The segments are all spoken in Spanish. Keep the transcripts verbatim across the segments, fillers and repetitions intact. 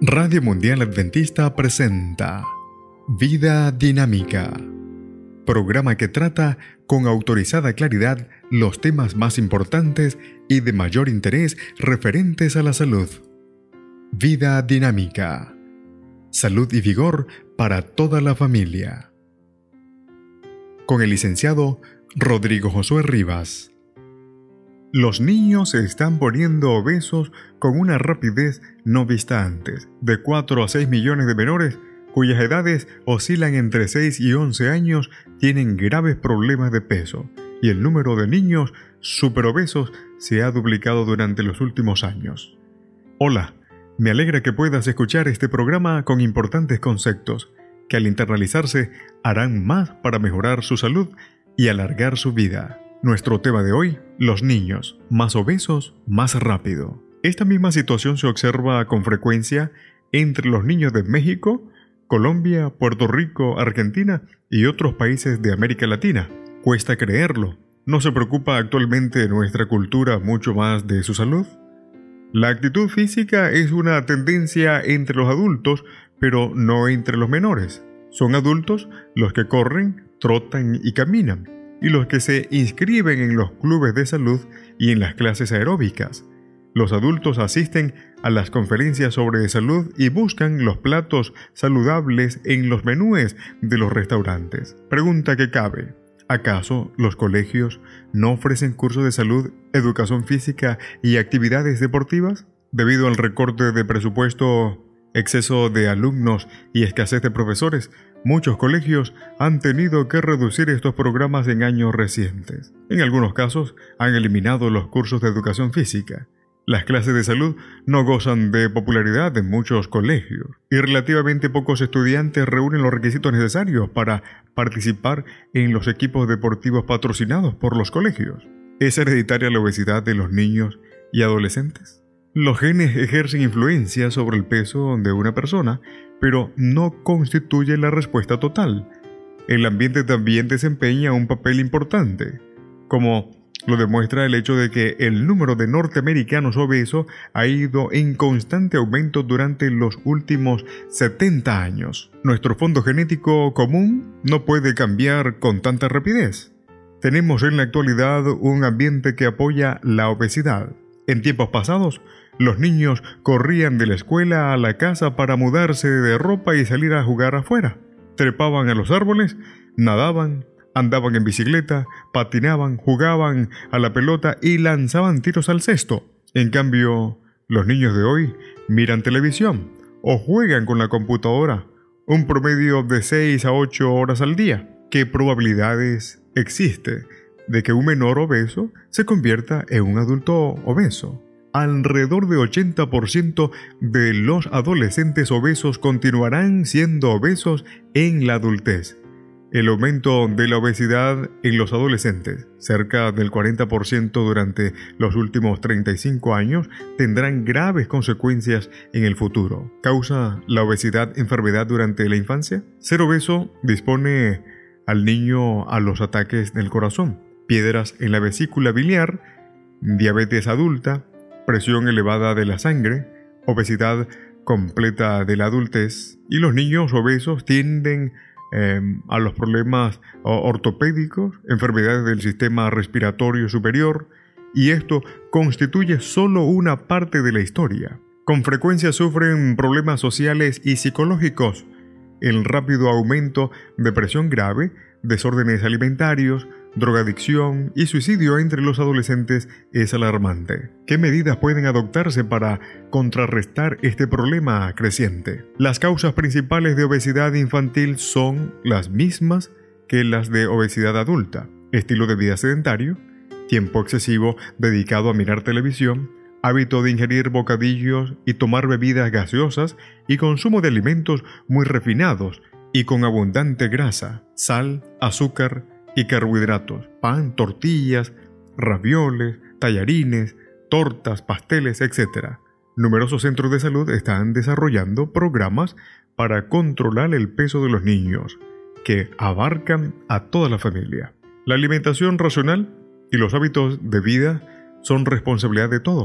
Radio Mundial Adventista presenta Vida Dinámica, programa que trata con autorizada claridad los temas más importantes y de mayor interés referentes a la salud. Vida Dinámica, salud y vigor para toda la familia. Con el licenciado Rodrigo Josué Rivas. Los niños se están poniendo obesos con una rapidez no vista antes. De cuatro a seis millones de menores, cuyas edades oscilan entre seis y once años, tienen graves problemas de peso, y el número de niños superobesos se ha duplicado durante los últimos años. Hola, me alegra que puedas escuchar este programa con importantes conceptos, que al internalizarse harán más para mejorar su salud y alargar su vida. Nuestro tema de hoy, los niños, más obesos, más rápido. Esta misma situación se observa con frecuencia entre los niños de México, Colombia, Puerto Rico, Argentina y otros países de América Latina. Cuesta creerlo. ¿No se preocupa actualmente nuestra cultura mucho más de su salud? La actitud física es una tendencia entre los adultos, pero no entre los menores. Son adultos los que corren, trotan y caminan, y los que se inscriben en los clubes de salud y en las clases aeróbicas. Los adultos asisten a las conferencias sobre salud y buscan los platos saludables en los menúes de los restaurantes. Pregunta que cabe: ¿acaso los colegios no ofrecen cursos de salud, educación física y actividades deportivas? Debido al recorte de presupuesto, exceso de alumnos y escasez de profesores, muchos colegios han tenido que reducir estos programas en años recientes. En algunos casos, han eliminado los cursos de educación física. Las clases de salud no gozan de popularidad en muchos colegios, y relativamente pocos estudiantes reúnen los requisitos necesarios para participar en los equipos deportivos patrocinados por los colegios. ¿Es hereditaria la obesidad de los niños y adolescentes? Los genes ejercen influencia sobre el peso de una persona, pero no constituye la respuesta total. El ambiente también desempeña un papel importante, como lo demuestra el hecho de que el número de norteamericanos obesos ha ido en constante aumento durante los últimos setenta años. Nuestro fondo genético común no puede cambiar con tanta rapidez. Tenemos en la actualidad un ambiente que apoya la obesidad. En tiempos pasados, los niños corrían de la escuela a la casa para mudarse de ropa y salir a jugar afuera. Trepaban a los árboles, nadaban, andaban en bicicleta, patinaban, jugaban a la pelota y lanzaban tiros al cesto. En cambio, los niños de hoy miran televisión o juegan con la computadora, un promedio de seis a ocho horas al día. ¿Qué probabilidades existe de que un menor obeso se convierta en un adulto obeso? Alrededor de ochenta por ciento de los adolescentes obesos continuarán siendo obesos en la adultez. El aumento de la obesidad en los adolescentes, cerca del cuarenta por ciento durante los últimos treinta y cinco años, tendrán graves consecuencias en el futuro. ¿Causa la obesidad enfermedad durante la infancia? Ser obeso dispone al niño a los ataques del corazón, piedras en la vesícula biliar, diabetes adulta, presión elevada de la sangre, obesidad completa de la adultez, y los niños obesos tienden eh, a los problemas ortopédicos, enfermedades del sistema respiratorio superior, y esto constituye solo una parte de la historia. Con frecuencia sufren problemas sociales y psicológicos. El rápido aumento de presión grave, desórdenes alimentarios, drogadicción y suicidio entre los adolescentes es alarmante. ¿Qué medidas pueden adoptarse para contrarrestar este problema creciente? Las causas principales de obesidad infantil son las mismas que las de obesidad adulta: estilo de vida sedentario, tiempo excesivo dedicado a mirar televisión, hábito de ingerir bocadillos y tomar bebidas gaseosas y consumo de alimentos muy refinados y con abundante grasa, sal, azúcar y carbohidratos, pan, tortillas, ravioles, tallarines, tortas, pasteles, etcétera. Numerosos centros de salud están desarrollando programas para controlar el peso de los niños, que abarcan a toda la familia. La alimentación racional y los hábitos de vida son responsabilidad de todos.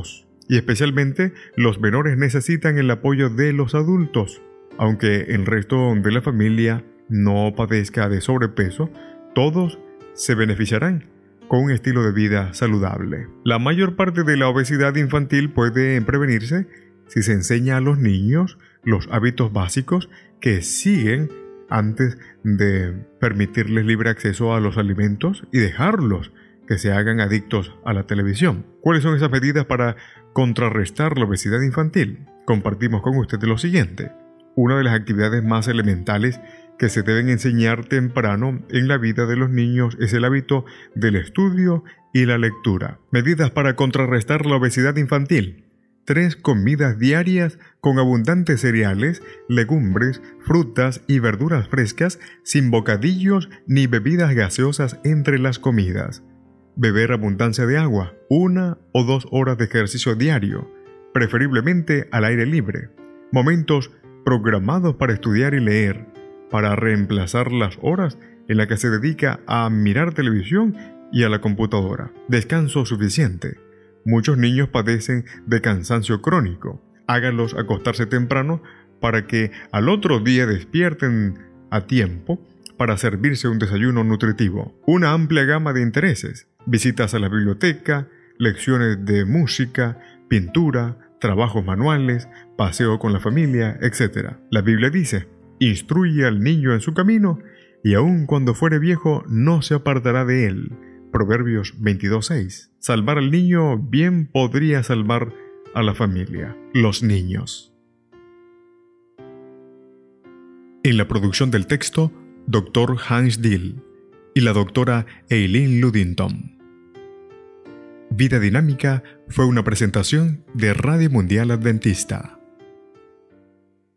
y especialmente los menores necesitan el apoyo de los adultos. Aunque el resto de la familia no padezca de sobrepeso, todos se beneficiarán con un estilo de vida saludable. La mayor parte de la obesidad infantil puede prevenirse si se enseña a los niños los hábitos básicos que siguen antes de permitirles libre acceso a los alimentos y dejarlos que se hagan adictos a la televisión. ¿Cuáles son esas medidas para contrarrestar la obesidad infantil? Compartimos con ustedes lo siguiente. Una de las actividades más elementales que se deben enseñar temprano en la vida de los niños es el hábito del estudio y la lectura. Medidas para contrarrestar la obesidad infantil. Tres comidas diarias con abundantes cereales, legumbres, frutas y verduras frescas, sin bocadillos ni bebidas gaseosas entre las comidas. Beber abundancia de agua, una o dos horas de ejercicio diario, preferiblemente al aire libre. Momentos programados para estudiar y leer, para reemplazar las horas en las que se dedica a mirar televisión y a la computadora. Descanso suficiente. Muchos niños padecen de cansancio crónico. Háganlos acostarse temprano para que al otro día despierten a tiempo para servirse un desayuno nutritivo. Una amplia gama de intereses. Visitas a la biblioteca, lecciones de música, pintura, trabajos manuales, paseo con la familia, etcétera. La Biblia dice: instruye al niño en su camino, y aun cuando fuere viejo no se apartará de él. Proverbios veintidós seis. Salvar al niño bien podría salvar a la familia. Los niños. En la producción del texto, doctor Hans Dill y la doctora Eileen Ludington. Vida Dinámica fue una presentación de Radio Mundial Adventista.